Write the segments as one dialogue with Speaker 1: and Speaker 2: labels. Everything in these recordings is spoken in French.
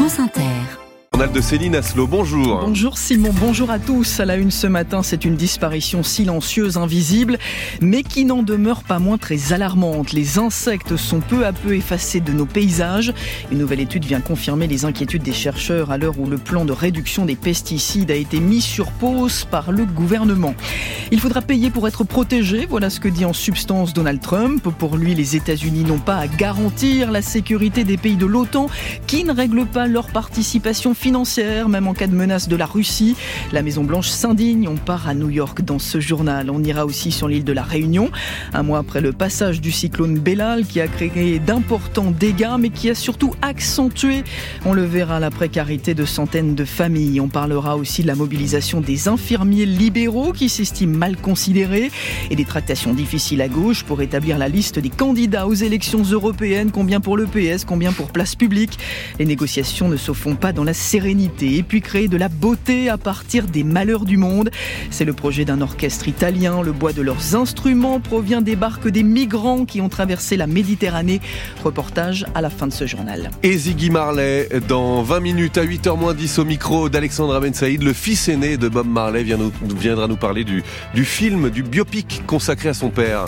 Speaker 1: France Inter.
Speaker 2: Journal de Céline Asselot, bonjour.
Speaker 3: Bonjour Simon, bonjour à tous. À la une ce matin, c'est une disparition silencieuse, invisible, mais qui n'en demeure pas moins très alarmante. Les insectes sont peu à peu effacés de nos paysages. Une nouvelle étude vient confirmer les inquiétudes des chercheurs à l'heure où le plan de réduction des pesticides a été mis sur pause par le gouvernement. Il faudra payer pour être protégé, voilà ce que dit en substance Donald Trump. Pour lui, les États-Unis n'ont pas à garantir la sécurité des pays de l'OTAN qui ne règlent pas leur participation financière, même en cas de menace de la Russie. La Maison-Blanche s'indigne, on part à New York dans ce journal. On ira aussi sur l'île de la Réunion, un mois après le passage du cyclone Bellal qui a créé d'importants dégâts, mais qui a surtout accentué, on le verra, la précarité de centaines de familles. On parlera aussi de la mobilisation des infirmiers libéraux qui s'estiment mal considérés et des tractations difficiles à gauche pour établir la liste des candidats aux élections européennes, combien pour le PS, combien pour Place Publique. Les négociations ne se font pas dans la sérénité et puis créer de la beauté à partir des malheurs du monde. C'est le projet d'un orchestre italien. Le bois de leurs instruments provient des barques des migrants qui ont traversé la Méditerranée. Reportage à la fin de ce journal.
Speaker 2: Et Ziggy Marley, dans 20 minutes à 8h10 au micro d'Alexandra Ben Saïd, le fils aîné de Bob Marley viendra nous parler du film, du biopic consacré à son père.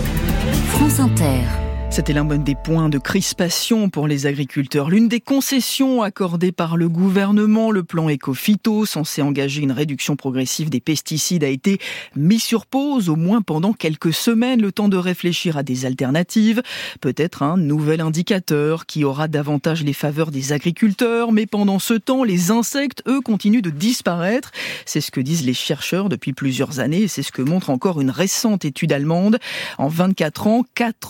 Speaker 1: France Inter.
Speaker 3: C'était l'un des points de crispation pour les agriculteurs. L'une des concessions accordées par le gouvernement, le plan Éco-Phyto, censé engager une réduction progressive des pesticides, a été mis sur pause, au moins pendant quelques semaines, le temps de réfléchir à des alternatives. Peut-être un nouvel indicateur qui aura davantage les faveurs des agriculteurs. Mais pendant ce temps, les insectes, eux, continuent de disparaître. C'est ce que disent les chercheurs depuis plusieurs années et c'est ce que montre encore une récente étude allemande. En 24 ans,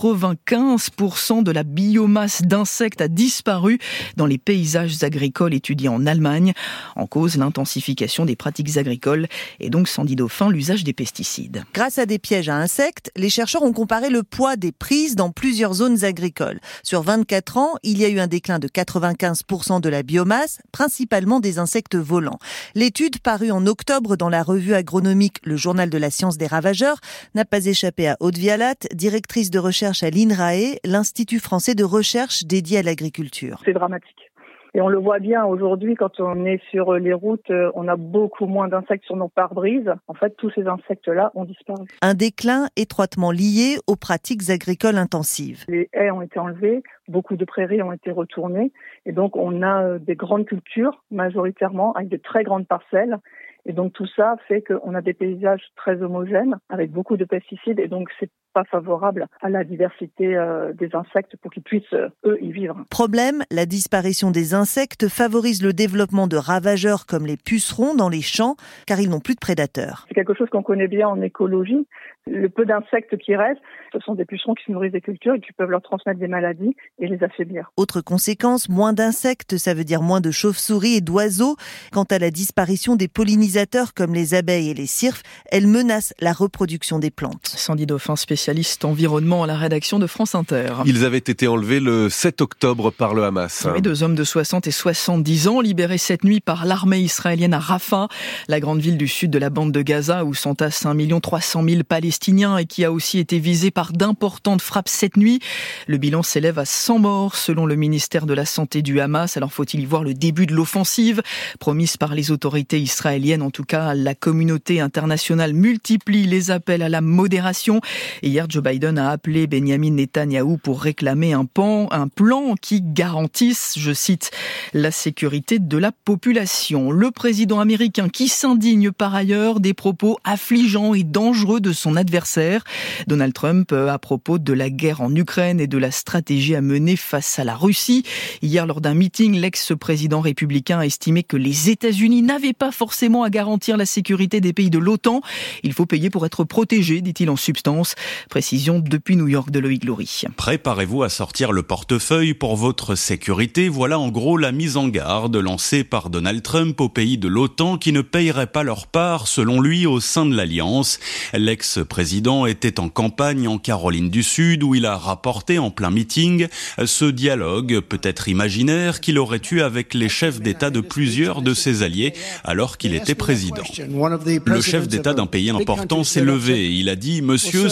Speaker 3: 95% de la biomasse d'insectes a disparu dans les paysages agricoles étudiés en Allemagne. En cause, l'intensification des pratiques agricoles et donc, sans dit Dauphin, l'usage des pesticides.
Speaker 4: Grâce à des pièges à insectes, les chercheurs ont comparé le poids des prises dans plusieurs zones agricoles. Sur 24 ans, il y a eu un déclin de 95% de la biomasse, principalement des insectes volants. L'étude, parue en octobre dans la revue agronomique Le Journal de la science des ravageurs, n'a pas échappé à Aude Vialat, directrice de recherche à l'INRAE, l'Institut français de recherche dédié à l'agriculture.
Speaker 5: C'est dramatique. Et on le voit bien aujourd'hui, quand on est sur les routes, on a beaucoup moins d'insectes sur nos pare-brises. En fait, tous ces insectes-là ont disparu.
Speaker 4: Un déclin étroitement lié aux pratiques agricoles intensives.
Speaker 5: Les haies ont été enlevées, beaucoup de prairies ont été retournées. Et donc, on a des grandes cultures, majoritairement, avec de très grandes parcelles. Et donc, tout ça fait qu'on a des paysages très homogènes, avec beaucoup de pesticides. Et donc, c'est pas favorable à la diversité des insectes pour qu'ils puissent, eux, y vivre.
Speaker 4: Problème, la disparition des insectes favorise le développement de ravageurs comme les pucerons dans les champs, car ils n'ont plus de prédateurs.
Speaker 5: C'est quelque chose qu'on connaît bien en écologie. Le peu d'insectes qui restent, ce sont des pucerons qui se nourrissent des cultures et qui peuvent leur transmettre des maladies et les affaiblir.
Speaker 4: Autre conséquence, moins d'insectes, ça veut dire moins de chauves-souris et d'oiseaux. Quant à la disparition des pollinisateurs comme les abeilles et les cirfes, elle menace la reproduction des plantes.
Speaker 3: Sandy Dauphin, spécialiste environnement à la rédaction de France Inter.
Speaker 2: Ils avaient été enlevés le 7 octobre par le Hamas.
Speaker 3: Oui, 2 hommes de 60 et 70 ans libérés cette nuit par l'armée israélienne à Rafah, la grande ville du sud de la bande de Gaza où s'entassent 1 300 000 Palestiniens et qui a aussi été visée par d'importantes frappes cette nuit. Le bilan s'élève à 100 morts selon le ministère de la Santé du Hamas. Alors faut-il y voir le début de l'offensive promise par les autorités israéliennes? En tout cas, la communauté internationale multiplie les appels à la modération. Et hier, Joe Biden a appelé Benjamin Netanyahou pour réclamer un plan qui garantisse, je cite, la sécurité de la population. Le président américain qui s'indigne par ailleurs des propos affligeants et dangereux de son adversaire, Donald Trump, à propos de la guerre en Ukraine et de la stratégie à mener face à la Russie. Hier, lors d'un meeting, l'ex-président républicain a estimé que les États-Unis n'avaient pas forcément à garantir la sécurité des pays de l'OTAN. Il faut payer pour être protégé, dit-il en substance. Précision depuis New York de Loïc Glory.
Speaker 6: Préparez-vous à sortir le portefeuille pour votre sécurité. Voilà en gros la mise en garde lancée par Donald Trump aux pays de l'OTAN qui ne paieraient pas leur part, selon lui, au sein de l'Alliance. L'ex-président était en campagne en Caroline du Sud où il a rapporté en plein meeting ce dialogue, peut-être imaginaire, qu'il aurait eu avec les chefs d'État de plusieurs de ses alliés alors qu'il était président. Le chef d'État d'un pays important s'est levé et il a dit « Monsieur, si on ne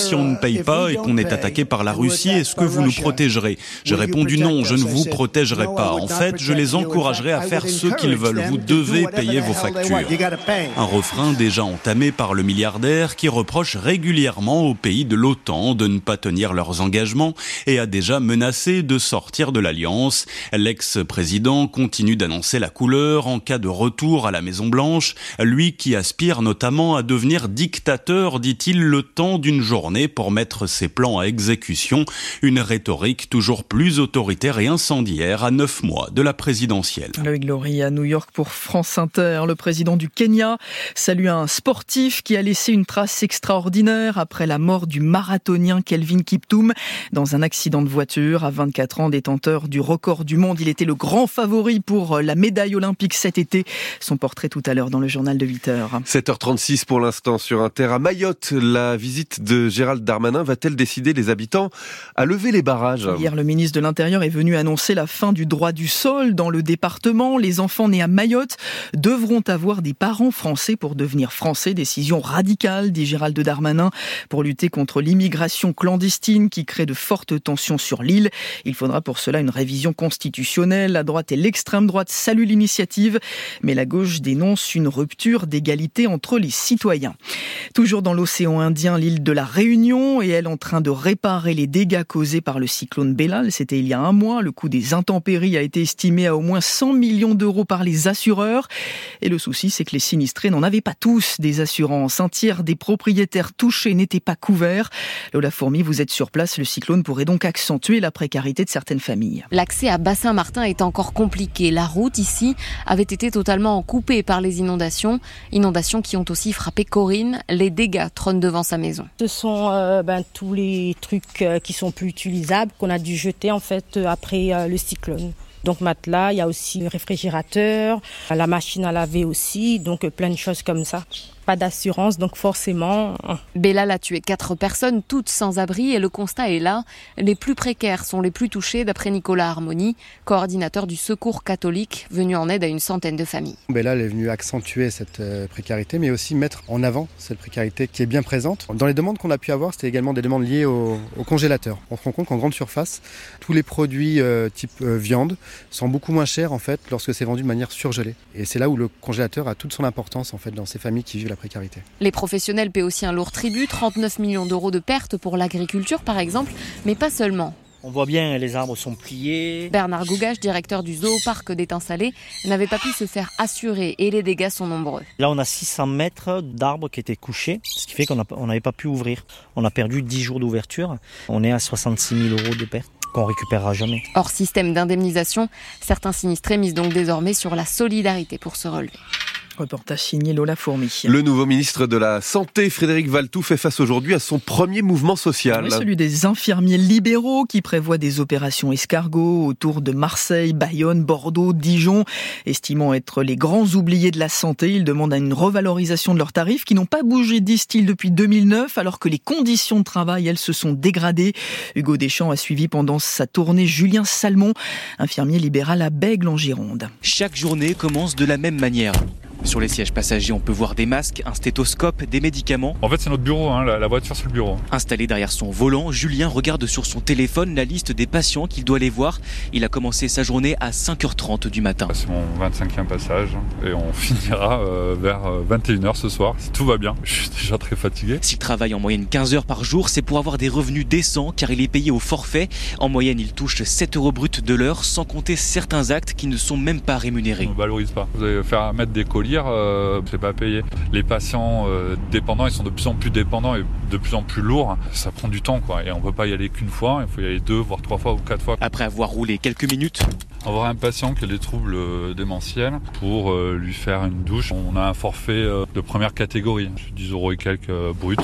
Speaker 6: paye pas et qu'on est attaqué par la Russie, est-ce que vous nous protégerez ? J'ai répondu non, je ne vous protégerai pas. En fait, je les encouragerai à faire ce qu'ils veulent. Vous devez payer vos factures. Un refrain déjà entamé par le milliardaire qui reproche régulièrement aux pays de l'OTAN de ne pas tenir leurs engagements et a déjà menacé de sortir de l'Alliance. L'ex-président continue d'annoncer la couleur en cas de retour à la Maison-Blanche. Lui qui aspire notamment à devenir dictateur, dit-il, le temps d'une journée pour mettre ses plans à exécution. Une rhétorique toujours plus autoritaire et incendiaire à 9 mois de la présidentielle.
Speaker 3: Loïc Laurie à New York pour France Inter. Le président du Kenya salue un sportif qui a laissé une trace extraordinaire après la mort du marathonien Kelvin Kiptum dans un accident de voiture. À 24 ans, détenteur du record du monde, il était le grand favori pour la médaille olympique cet été. Son portrait tout à l'heure dans le journal de 8h.
Speaker 2: 7h36 pour l'instant sur Inter. À Mayotte, la visite de Gérald Darmanin va-t-elle décider les habitants à lever les barrages ?
Speaker 3: Hier, le ministre de l'Intérieur est venu annoncer la fin du droit du sol dans le département. Les enfants nés à Mayotte devront avoir des parents français pour devenir français. Décision radicale, dit Gérald Darmanin, pour lutter contre l'immigration clandestine qui crée de fortes tensions sur l'île. Il faudra pour cela une révision constitutionnelle. La droite et l'extrême droite saluent l'initiative, mais la gauche dénonce une rupture d'égalité entre les citoyens. Toujours dans l'océan Indien, l'île de la Réunion est elle en train de réparer les dégâts causés par le cyclone Bellal. C'était il y a un mois. Le coût des intempéries a été estimé à au moins 100 millions d'euros par les assureurs. Et le souci, c'est que les sinistrés n'en avaient pas tous des assurances. Un tiers des propriétaires touchés n'étaient pas couverts. Lola Fourmi, vous êtes sur place. Le cyclone pourrait donc accentuer la précarité de certaines familles.
Speaker 7: L'accès à Bas-Saint-Martin est encore compliqué. La route ici avait été totalement coupée par les inondations. Inondations qui ont aussi frappé Corinne. Les dégâts trônent devant sa maison.
Speaker 8: Ce sont tous les trucs qui sont plus utilisables qu'on a dû jeter en fait après le cyclone. Donc matelas, il y a aussi le réfrigérateur, la machine à laver aussi, donc plein de choses comme ça. Pas d'assurance, donc forcément...
Speaker 7: Bellal a tué 4 personnes, toutes sans abri, et le constat est là. Les plus précaires sont les plus touchés, d'après Nicolas Harmony, coordinateur du Secours catholique, venu en aide à une centaine de familles.
Speaker 9: Bellal est venu accentuer cette précarité, mais aussi mettre en avant cette précarité qui est bien présente. Dans les demandes qu'on a pu avoir, c'était également des demandes liées au congélateur. On se rend compte qu'en grande surface, tous les produits type viande sont beaucoup moins chers en fait lorsque c'est vendu de manière surgelée. Et c'est là où le congélateur a toute son importance en fait dans ces familles qui vivent la précarité.
Speaker 7: Les professionnels paient aussi un lourd tribut, 39 millions d'euros de pertes pour l'agriculture par exemple, mais pas seulement.
Speaker 10: On voit bien, les arbres sont pliés.
Speaker 7: Bernard Gougache, directeur du zooparc d'Étain-Salé, n'avait pas pu se faire assurer et les dégâts sont nombreux.
Speaker 10: Là, on a 600 mètres d'arbres qui étaient couchés, ce qui fait qu'on n'avait pas pu ouvrir. On a perdu 10 jours d'ouverture. On est à 66 000 euros de pertes qu'on récupérera jamais.
Speaker 7: Hors système d'indemnisation, certains sinistrés misent donc désormais sur la solidarité pour se relever.
Speaker 3: Reportage signé Lola Fourmi.
Speaker 2: Le nouveau ministre de la Santé, Frédéric Valletoux, fait face aujourd'hui à son premier mouvement social.
Speaker 3: Oui, celui des infirmiers libéraux qui prévoient des opérations escargots autour de Marseille, Bayonne, Bordeaux, Dijon. Estimant être les grands oubliés de la santé, ils demandent une revalorisation de leurs tarifs qui n'ont pas bougé, disent-ils, depuis 2009, alors que les conditions de travail, elles, se sont dégradées. Hugo Deschamps a suivi pendant sa tournée Julien Salmon, infirmier libéral à Bègles en Gironde.
Speaker 11: Chaque journée commence de la même manière. Sur les sièges passagers, on peut voir des masques, un stéthoscope, des médicaments.
Speaker 12: En fait, c'est notre bureau, la voiture, c'est le bureau.
Speaker 11: Installé derrière son volant, Julien regarde sur son téléphone la liste des patients qu'il doit aller voir. Il a commencé sa journée à 5h30 du matin.
Speaker 12: C'est mon 25e passage et on finira vers 21h ce soir, si tout va bien. Je suis déjà très fatigué.
Speaker 11: S'il travaille en moyenne 15 heures par jour, c'est pour avoir des revenus décents car il est payé au forfait. En moyenne, il touche 7 € brut de l'heure, sans compter certains actes qui ne sont même pas rémunérés.
Speaker 12: On ne valorise pas. Vous allez faire mettre des colliers, c'est pas payé. Les patients dépendants, ils sont de plus en plus dépendants et de plus en plus lourds. Ça prend du temps, quoi. Et on peut pas y aller qu'une fois, il faut y aller 2, voire 3 fois ou 4 fois.
Speaker 11: Après avoir roulé quelques minutes,
Speaker 12: avoir un patient qui a des troubles démentiels pour lui faire une douche. On a un forfait de première catégorie, 10 € et quelques bruts.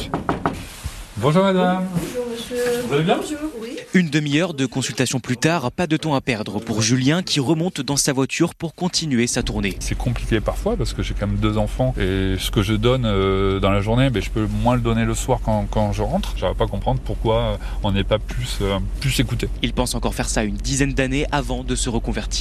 Speaker 12: Bonjour madame.
Speaker 13: Bonjour monsieur.
Speaker 12: Vous allez bien?
Speaker 13: Bonjour, oui.
Speaker 11: Une demi-heure de consultation plus tard, pas de temps à perdre pour Julien qui remonte dans sa voiture pour continuer sa tournée.
Speaker 12: C'est compliqué parfois parce que j'ai quand même 2 enfants et ce que je donne dans la journée, je peux moins le donner le soir quand je rentre. J'arrive pas à comprendre pourquoi on n'est pas plus écouté.
Speaker 11: Il pense encore faire ça une dizaine d'années avant de se reconvertir.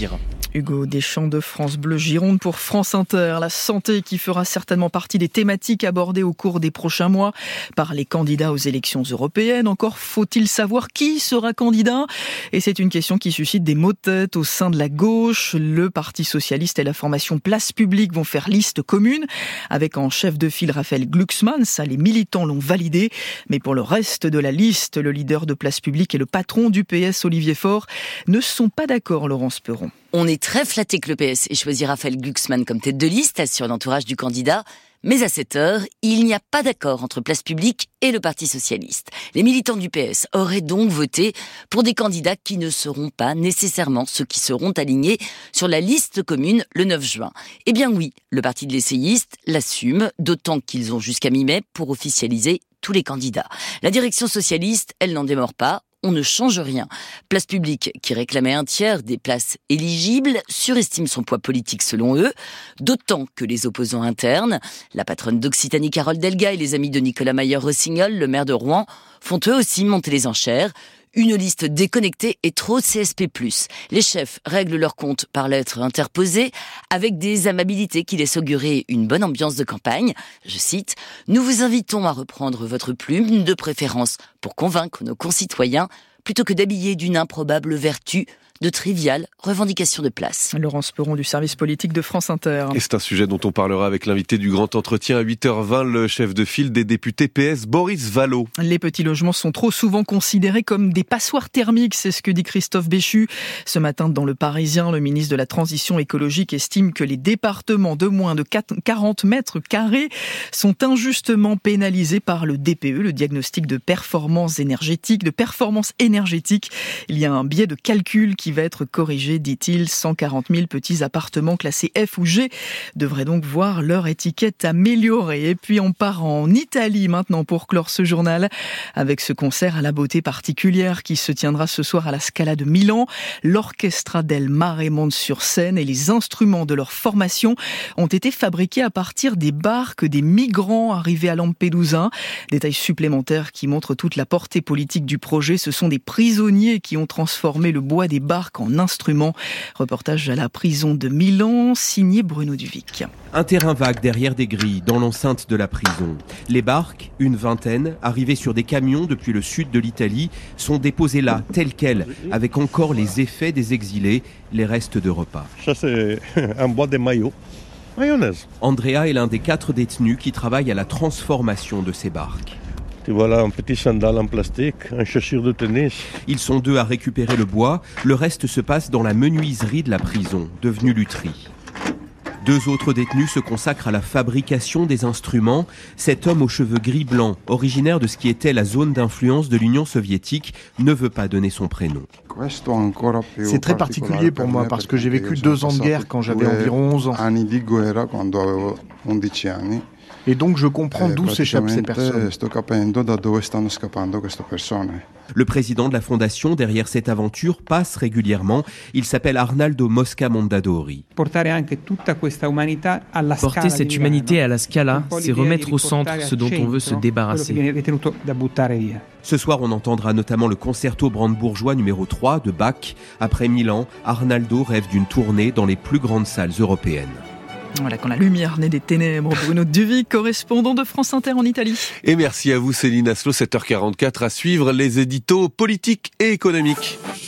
Speaker 3: Hugo Deschamps de France Bleu Gironde pour France Inter. La santé qui fera certainement partie des thématiques abordées au cours des prochains mois par les candidats aux élections européennes. Encore faut-il savoir qui sera candidat. Et c'est une question qui suscite des maux de tête au sein de la gauche. Le Parti socialiste et la formation Place Publique vont faire liste commune avec en chef de file Raphaël Glucksmann. Ça, les militants l'ont validé. Mais pour le reste de la liste, le leader de Place Publique et le patron du PS, Olivier Faure, ne sont pas d'accord, Laurence Perron.
Speaker 13: On est très flatté que le PS ait choisi Raphaël Glucksmann comme tête de liste, assure l'entourage du candidat. Mais à cette heure, il n'y a pas d'accord entre Place Publique et le Parti socialiste. Les militants du PS auraient donc voté pour des candidats qui ne seront pas nécessairement ceux qui seront alignés sur la liste commune le 9 juin. Eh bien oui, le parti de l'essayiste l'assume, d'autant qu'ils ont jusqu'à mi-mai pour officialiser tous les candidats. La direction socialiste, elle n'en démord pas. On ne change rien. Place Publique, qui réclamait un tiers des places éligibles, surestime son poids politique selon eux, d'autant que les opposants internes, la patronne d'Occitanie Carole Delga et les amis de Nicolas Mayer-Rossignol, le maire de Rouen, font eux aussi monter les enchères. Une liste déconnectée et trop CSP+. Les chefs règlent leur compte par lettre interposée avec des amabilités qui laissent augurer une bonne ambiance de campagne. Je cite « Nous vous invitons à reprendre votre plume, de préférence pour convaincre nos concitoyens, plutôt que d'habiller d'une improbable vertu de triviales revendications de place. »
Speaker 3: Laurence Perron du service politique de France Inter.
Speaker 2: Et c'est un sujet dont on parlera avec l'invité du grand entretien à 8h20, le chef de file des députés PS, Boris Vallaud.
Speaker 3: Les petits logements sont trop souvent considérés comme des passoires thermiques, c'est ce que dit Christophe Béchu. Ce matin, dans Le Parisien, le ministre de la Transition écologique estime que les départements de moins de 40 mètres carrés sont injustement pénalisés par le DPE, le diagnostic de performance énergétique. Il y a un biais de calcul qui va être corrigé, dit-il. 140 000 petits appartements classés F ou G devraient donc voir leur étiquette améliorée. Et puis on part en Italie maintenant pour clore ce journal avec ce concert à la beauté particulière qui se tiendra ce soir à la Scala de Milan. L'Orchestra del Mare monte sur scène et les instruments de leur formation ont été fabriqués à partir des barques des migrants arrivés à Lampedusa. Détail supplémentaire qui montre toute la portée politique du projet. Ce sont des prisonniers qui ont transformé le bois des barques en instruments. Reportage à la prison de Milan, signé Bruno Duvic.
Speaker 14: Un terrain vague derrière des grilles, dans l'enceinte de la prison. Les barques, une vingtaine, arrivées sur des camions depuis le sud de l'Italie, sont déposées là, telles quelles, avec encore les effets des exilés, les restes de repas.
Speaker 15: Ça, c'est un bois de maillot. Mayonnaise.
Speaker 14: Andrea est l'un des 4 détenus qui travaillent à la transformation de ces barques.
Speaker 15: Voilà un petit sandal en plastique, un chaussure de tennis.
Speaker 14: Ils sont 2 à récupérer le bois. Le reste se passe dans la menuiserie de la prison, devenue lutherie. 2 autres détenus se consacrent à la fabrication des instruments. Cet homme aux cheveux gris-blanc, originaire de ce qui était la zone d'influence de l'Union soviétique, ne veut pas donner son prénom.
Speaker 16: C'est très particulier pour moi parce que j'ai vécu 2 ans de guerre quand j'avais environ 11 ans. Et donc je comprends d'où s'échappent ces personnes.
Speaker 14: Le président de la fondation derrière cette aventure passe régulièrement. Il s'appelle Arnaldo Mosca Mondadori.
Speaker 17: Porter cette humanité à la Scala, c'est remettre au centre ce dont on veut se débarrasser.
Speaker 14: Ce soir, on entendra notamment le concerto brandebourgeois numéro 3 de Bach. Après Milan, Arnaldo rêve d'une tournée dans les plus grandes salles européennes.
Speaker 3: Voilà, quand la lumière naît des ténèbres. Bruno Duvic, correspondant de France Inter en Italie.
Speaker 2: Et merci à vous Céline Aslo, 7h44, à suivre les éditos politiques et économiques.